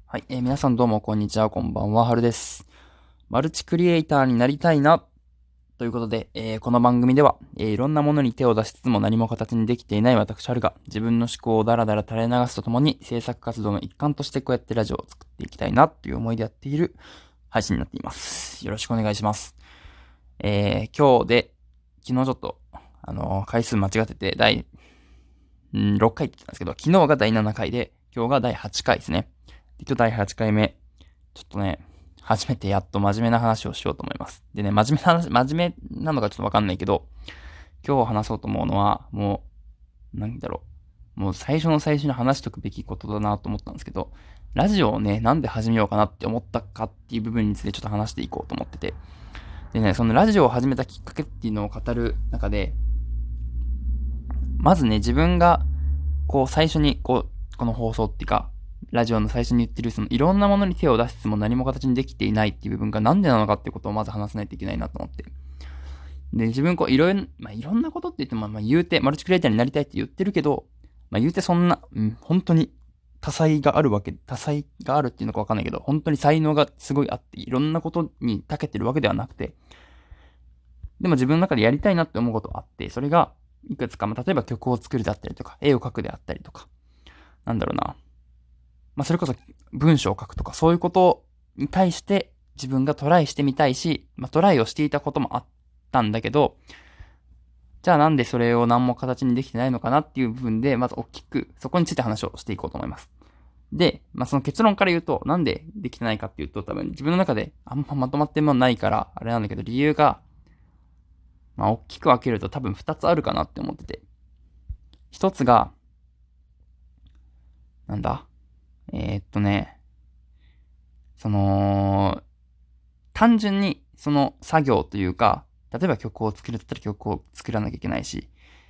はい、皆さんどうもこんにちは、こんばんは、はるです。マルチクリエイターになりたいな、ということで、この番組では、いろんなものに手を出しつつも何も形にできていない私、はるが、自分の思考をダラダラ垂れ流すとともに、制作活動の一環としてこうやってラジオを作っていきたいな、という思いでやっている配信になっています。よろしくお願いします。今日で、昨日ちょっと、回数間違ってて、6回って言ったんですけど、昨日が第7回で、今日が第8回ですね。今日第8回目。ちょっとね、初めてやっと真面目な話をしようと思います。でね、真面目なのかちょっとわかんないけど、今日話そうと思うのは、もう最初の最初に話しとくべきことだなと思ったんですけど、ラジオをね、なんで始めようかなって思ったかっていう部分についてちょっと話していこうと思ってて。でね、そのラジオを始めたきっかけっていうのを語る中で、まずね、自分が、最初に、この放送っていうか、ラジオの最初に言ってる、いろんなものに手を出しつつも何も形にできていないっていう部分がなんでなのかっていうことをまず話さないといけないなと思って。で、自分いろんなことって言っても、言うて、マルチクリエイターになりたいって言ってるけど、言うてそんな、本当に多彩があるっていうのかわかんないけど、本当に才能がすごいあって、いろんなことに長けてるわけではなくて、でも自分の中でやりたいなって思うことがあって、それが、いくつか、例えば曲を作るであったりとか、絵を描くであったりとか、なんだろうな。それこそ文章を書くとか、そういうことに対して自分がトライしてみたいし、トライをしていたこともあったんだけど、じゃあなんでそれを何も形にできてないのかなっていう部分で、まず大きくそこについて話をしていこうと思います。で、その結論から言うと、なんでできてないかっていうと、多分自分の中であんままとまってるものないから、あれなんだけど、理由が、大きく分けると多分二つあるかなって思ってて。一つが、なんだえーっとね、その、単純にその作業というか、例えば曲を作るだったら曲を作らなきゃいけないし、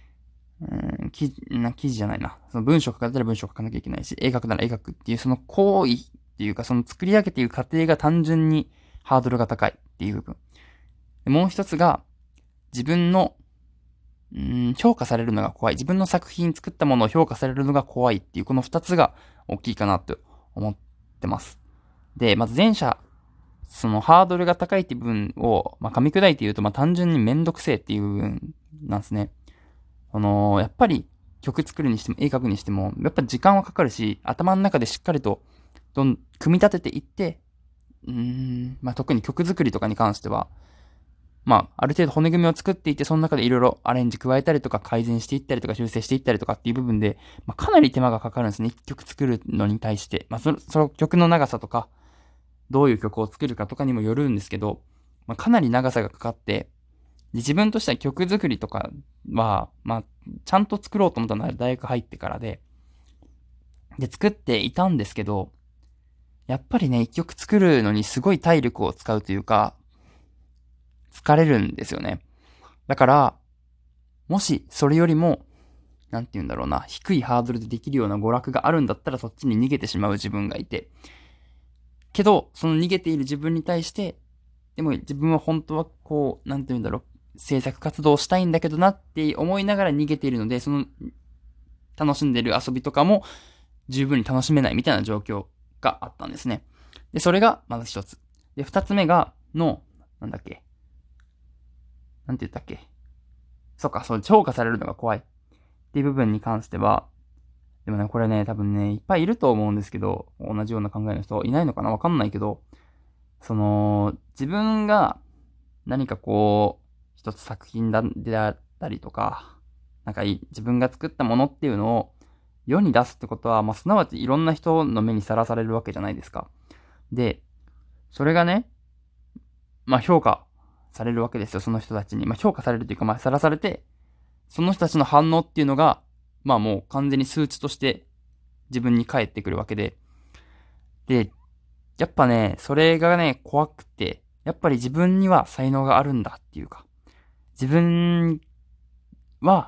記事じゃないな。その文章書かれたら文章書かなきゃいけないし、絵描くなら絵描くっていうその行為っていうか、その作り上げている過程が単純にハードルが高いっていう部分。もう一つが、自分の、評価されるのが怖い。自分の作品作ったものを評価されるのが怖いっていう、この二つが大きいかなと思ってます。で、まず前者そのハードルが高いっていう部分を、噛み砕いて言うと、単純にめんどくせえっていう部分なんですね。やっぱり曲作るにしても絵描くにしても、やっぱ時間はかかるし、頭の中でしっかりと、組み立てていって、特に曲作りとかに関しては、ある程度骨組みを作っていって、その中でいろいろアレンジ加えたりとか、改善していったりとか、修正していったりとかっていう部分で、かなり手間がかかるんですね。一曲作るのに対して。その曲の長さとか、どういう曲を作るかとかにもよるんですけど、かなり長さがかかって、で自分としては曲作りとかは、ちゃんと作ろうと思ったのは大学入ってからで、作っていたんですけど、やっぱりね、一曲作るのにすごい体力を使うというか、疲れるんですよね。だから、もしそれよりも、なんて言うんだろうな、低いハードルでできるような娯楽があるんだったらそっちに逃げてしまう自分がいて、けど、その逃げている自分に対して、でも自分は本当はなんて言うんだろう、制作活動をしたいんだけどなって思いながら逃げているので、その楽しんでる遊びとかも十分に楽しめないみたいな状況があったんですね。で、それがまず一つ。で、二つ目が、なんだっけ、なんて言ったっけ。そっか、そう、評価されるのが怖いっていう部分に関しては、でもね、これね、多分ね、いっぱいいると思うんですけど、同じような考えの人いないのかなわかんないけど、自分が何か一つ作品であったりとか、自分が作ったものっていうのを世に出すってことは、すなわちいろんな人の目にさらされるわけじゃないですか。で、それがね、評価されるわけですよ、その人たちに。評価されるというか、さらされて、その人たちの反応っていうのが、もう完全に数値として自分に返ってくるわけで。で、やっぱね、それがね、怖くて、やっぱり自分には才能があるんだっていうか、自分は、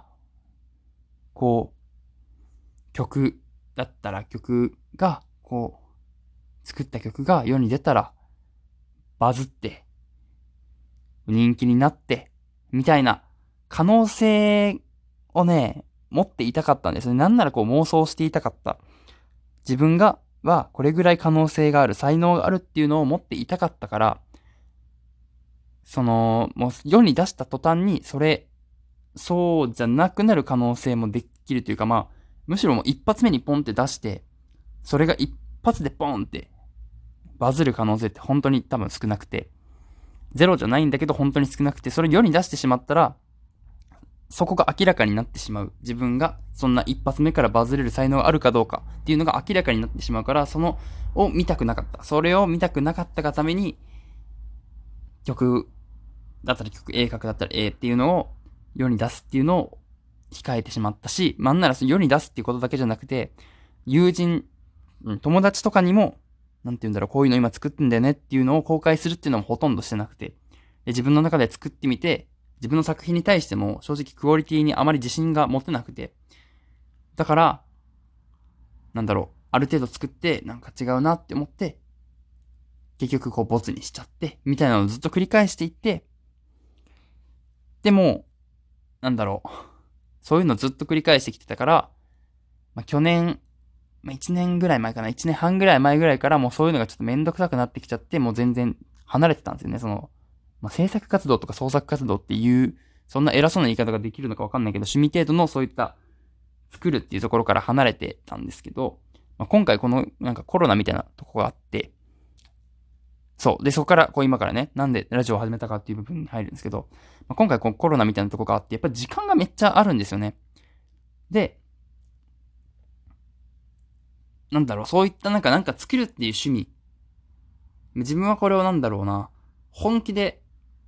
曲だったら曲が、作った曲が世に出たら、バズって、人気になって、みたいな可能性をね、持っていたかったんですね。なんなら妄想していたかった。自分がはこれぐらい可能性がある、才能があるっていうのを持っていたかったから、もう世に出した途端に、そうじゃなくなる可能性もできるというか、むしろもう一発目にポンって出して、それが一発でポンってバズる可能性って本当に多分少なくて、ゼロじゃないんだけど本当に少なくて、それ世に出してしまったら、そこが明らかになってしまう。自分がそんな一発目からバズれる才能があるかどうかっていうのが明らかになってしまうから、を見たくなかった。それを見たくなかったがために、曲だったら曲、絵描くだったら絵っていうのを世に出すっていうのを控えてしまったし、なんなら世に出すっていうことだけじゃなくて、友人、友達とかにも、こういうの今作ってんだよねっていうのを公開するっていうのもほとんどしてなくて、で自分の中で作ってみて、自分の作品に対しても正直クオリティにあまり自信が持てなくて、だから、ある程度作ってなんか違うなって思って、結局こうボツにしちゃって、みたいなのをずっと繰り返していって、でも、そういうのをずっと繰り返してきてたから、去年、1年ぐらい前かな、1年半ぐらい前ぐらいからもうそういうのがちょっとめんどくさくなってきちゃって、もう全然離れてたんですよね。制作活動とか創作活動っていう、そんな偉そうな言い方ができるのかわかんないけど、趣味程度のそういった作るっていうところから離れてたんですけど、今回このコロナみたいなとこがあって、そう。で、そこから、今からね、なんでラジオを始めたかっていう部分に入るんですけど、今回コロナみたいなとこがあって、やっぱり時間がめっちゃあるんですよね。で、そういった作るっていう趣味。自分はこれを本気で、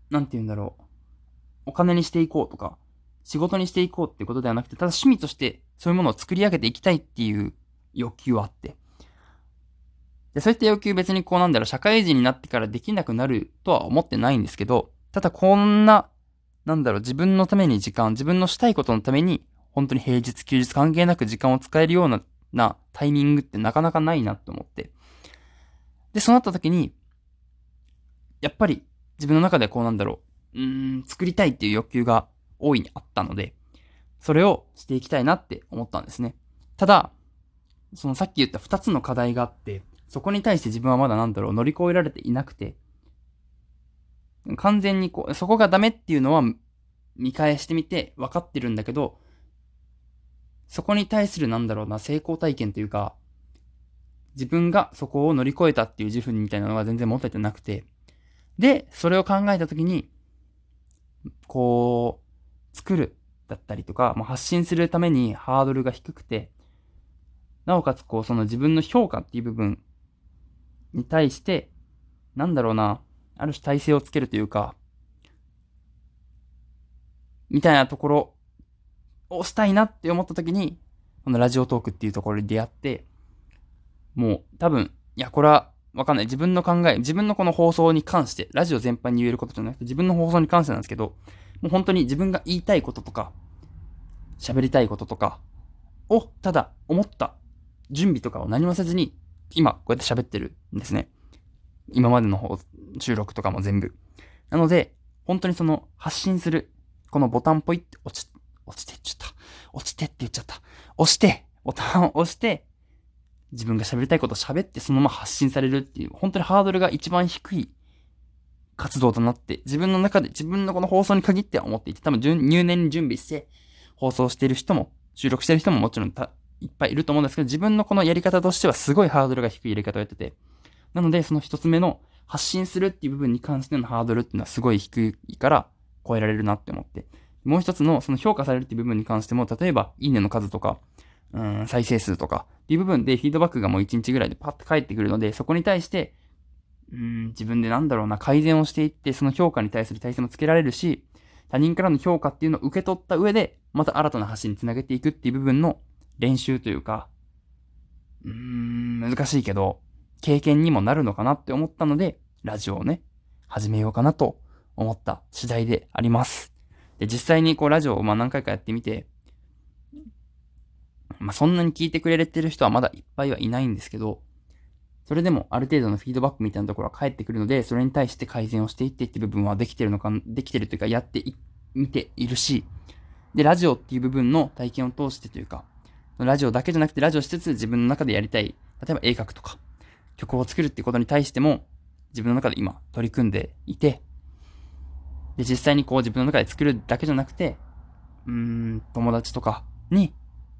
お金にしていこうとか、仕事にしていこうっていうことではなくて、ただ趣味としてそういうものを作り上げていきたいっていう欲求はあって。で、そういった欲求別に社会人になってからできなくなるとは思ってないんですけど、ただこんな、自分のために自分のしたいことのために、本当に平日休日関係なく時間を使えるようなタイミングってなかなかないなって思って。で、そうなった時に、やっぱり自分の中で作りたいっていう欲求が大いにあったので、それをしていきたいなって思ったんですね。ただ、さっき言った二つの課題があって、そこに対して自分はまだ乗り越えられていなくて、完全にそこがダメっていうのは見返してみて分かってるんだけど、そこに対する成功体験というか、自分がそこを乗り越えたっていう自負みたいなのが全然持ててなくて、で、それを考えたときに、作るだったりとか、発信するためにハードルが低くて、なおかつ自分の評価っていう部分に対して、ある種体制をつけるというか、みたいなところをしたいなって思った時に、このラジオトークっていうところに出会って、もう多分、これはわかんない。自分の考え、自分のこの放送に関して、ラジオ全般に言えることじゃなくて、自分の放送に関してなんですけど、もう本当に自分が言いたいこととか、喋りたいこととかを、ただ思った準備とかを何もせずに、今こうやって喋ってるんですね。今までの収録とかも全部。なので、本当に発信する、このボタンポイって落ちてって言っちゃった。押して、ボタンを押して、自分が喋りたいことを喋ってそのまま発信されるっていう、本当にハードルが一番低い活動となって、自分の中で自分のこの放送に限っては思っていて、多分入念に準備して放送している人も、収録している人ももちろんいっぱいいると思うんですけど、自分のこのやり方としてはすごいハードルが低いやり方をやってて、なのでその一つ目の発信するっていう部分に関してのハードルっていうのはすごい低いから超えられるなって思って、もう一つのその評価されるっていう部分に関しても、例えばいいねの数とか、再生数とかっていう部分でフィードバックがもう1日ぐらいでパッと返ってくるので、そこに対して、自分で改善をしていって、その評価に対する体制もつけられるし、他人からの評価っていうのを受け取った上で、また新たな発信につなげていくっていう部分の練習というか、難しいけど、経験にもなるのかなって思ったので、ラジオをね、始めようかなと思った次第であります。で、実際にラジオを何回かやってみて、そんなに聞いてくれてる人はまだいっぱいはいないんですけど、それでもある程度のフィードバックみたいなところは返ってくるので、それに対して改善をしていってっていう部分はできてるというかやってみているし、で、ラジオっていう部分の体験を通してというか、ラジオだけじゃなくてラジオしつつ自分の中でやりたい例えば絵描くとか、曲を作るってことに対しても、自分の中で今取り組んでいて、で、実際にこう自分の中で作るだけじゃなくて、友達とかに、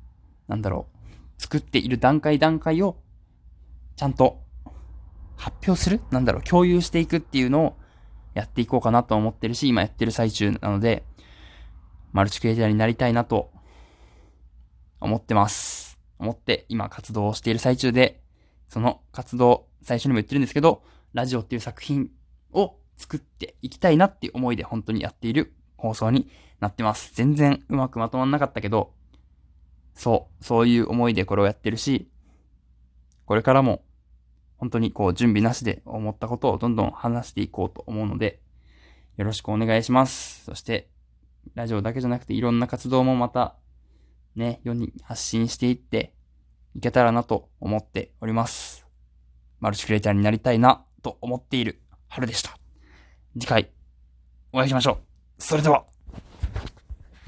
作っている段階を、ちゃんと発表する共有していくっていうのをやっていこうかなと思ってるし、今やってる最中なので、マルチクリエイターになりたいなと思ってます。思って今活動をしている最中で、その活動、最初にも言ってるんですけど、ラジオっていう作品を作っていきたいなっていう思いで本当にやっている放送になってます。全然うまくまとまんなかったけど、そういう思いでこれをやってるし、これからも本当にこう準備なしで思ったことをどんどん話していこうと思うので、よろしくお願いします。そして、ラジオだけじゃなくていろんな活動もまたね、世に発信していっていけたらなと思っております。マルチクリエイターになりたいなと思っている春でした。次回お会いしましょう。それでは。